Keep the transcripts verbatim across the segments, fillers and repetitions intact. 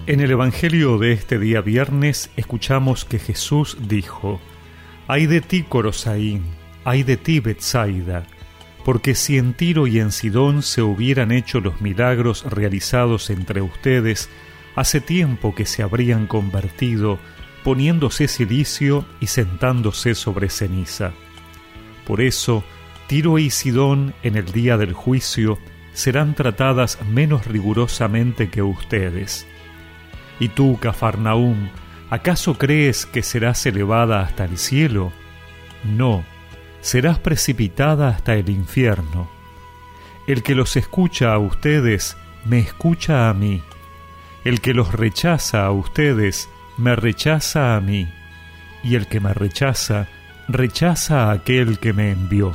En el Evangelio de este día viernes escuchamos que Jesús dijo: «Ay de ti, Corosaín, ay de ti, Betsaida, porque si en Tiro y en Sidón se hubieran hecho los milagros realizados entre ustedes, hace tiempo que se habrían convertido, poniéndose cilicio y sentándose sobre ceniza. Por eso, Tiro y Sidón en el día del juicio serán tratadas menos rigurosamente que ustedes. Y tú, Cafarnaúm, ¿acaso crees que serás elevada hasta el cielo? No, serás precipitada hasta el infierno. El que los escucha a ustedes, me escucha a mí. El que los rechaza a ustedes, me rechaza a mí. Y el que me rechaza, rechaza a aquel que me envió».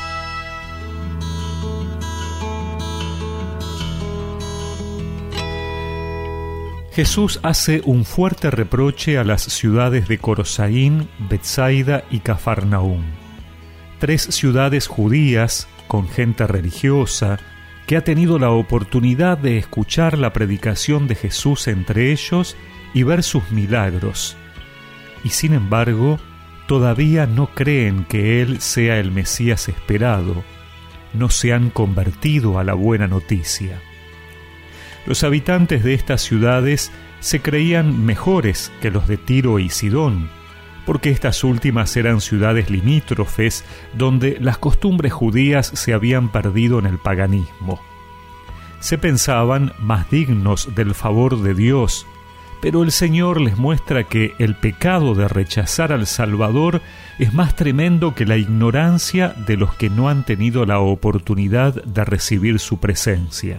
Jesús hace un fuerte reproche a las ciudades de Corosaín, Betsaida y Cafarnaúm, tres ciudades judías con gente religiosa que ha tenido la oportunidad de escuchar la predicación de Jesús entre ellos y ver sus milagros, y sin embargo todavía no creen que Él sea el Mesías esperado, no se han convertido a la buena noticia. Los habitantes de estas ciudades se creían mejores que los de Tiro y Sidón, porque estas últimas eran ciudades limítrofes donde las costumbres judías se habían perdido en el paganismo. Se pensaban más dignos del favor de Dios, pero el Señor les muestra que el pecado de rechazar al Salvador es más tremendo que la ignorancia de los que no han tenido la oportunidad de recibir su presencia.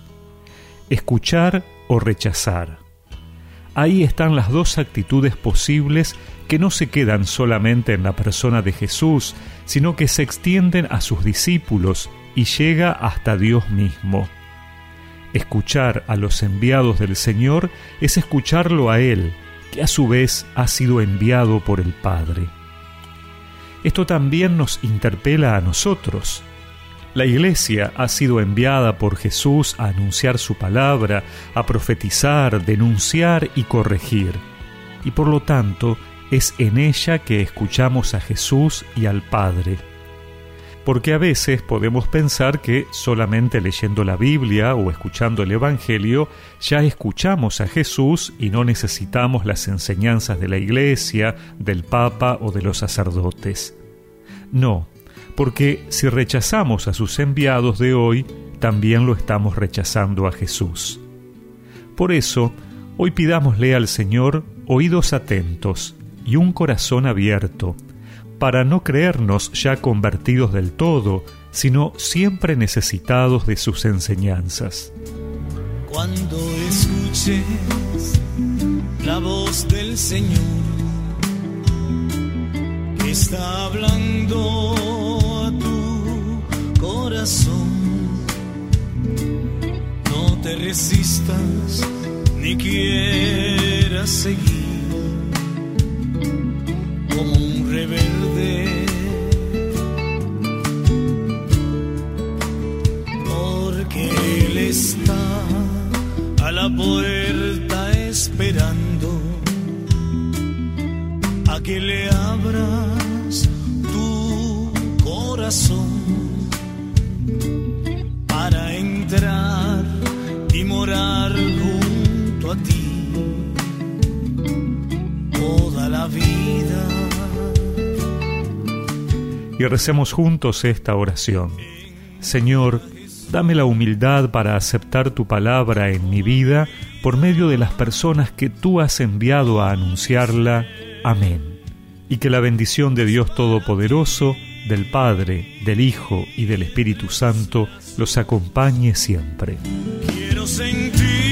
Escuchar o rechazar. Ahí están las dos actitudes posibles que no se quedan solamente en la persona de Jesús, sino que se extienden a sus discípulos y llega hasta Dios mismo. Escuchar a los enviados del Señor es escucharlo a Él, que a su vez ha sido enviado por el Padre. Esto también nos interpela a nosotros. La Iglesia ha sido enviada por Jesús a anunciar su palabra, a profetizar, denunciar y corregir. Y por lo tanto, es en ella que escuchamos a Jesús y al Padre. Porque a veces podemos pensar que solamente leyendo la Biblia o escuchando el Evangelio ya escuchamos a Jesús y no necesitamos las enseñanzas de la Iglesia, del Papa o de los sacerdotes. No, porque si rechazamos a sus enviados de hoy, también lo estamos rechazando a Jesús. Por eso, hoy pidámosle al Señor oídos atentos y un corazón abierto, para no creernos ya convertidos del todo, sino siempre necesitados de sus enseñanzas. Cuando escuches la voz del Señor, que está hablando no te resistas ni quieras seguir como un rebelde, porque Él está a la puerta esperando a que le abras tu corazón para entrar y morar junto a ti toda la vida. Y recemos juntos esta oración. Señor, dame la humildad para aceptar tu palabra en mi vida por medio de las personas que tú has enviado a anunciarla. Amén. Y que la bendición de Dios Todopoderoso, del Padre, del Hijo y del Espíritu Santo los acompañe siempre. Quiero sentir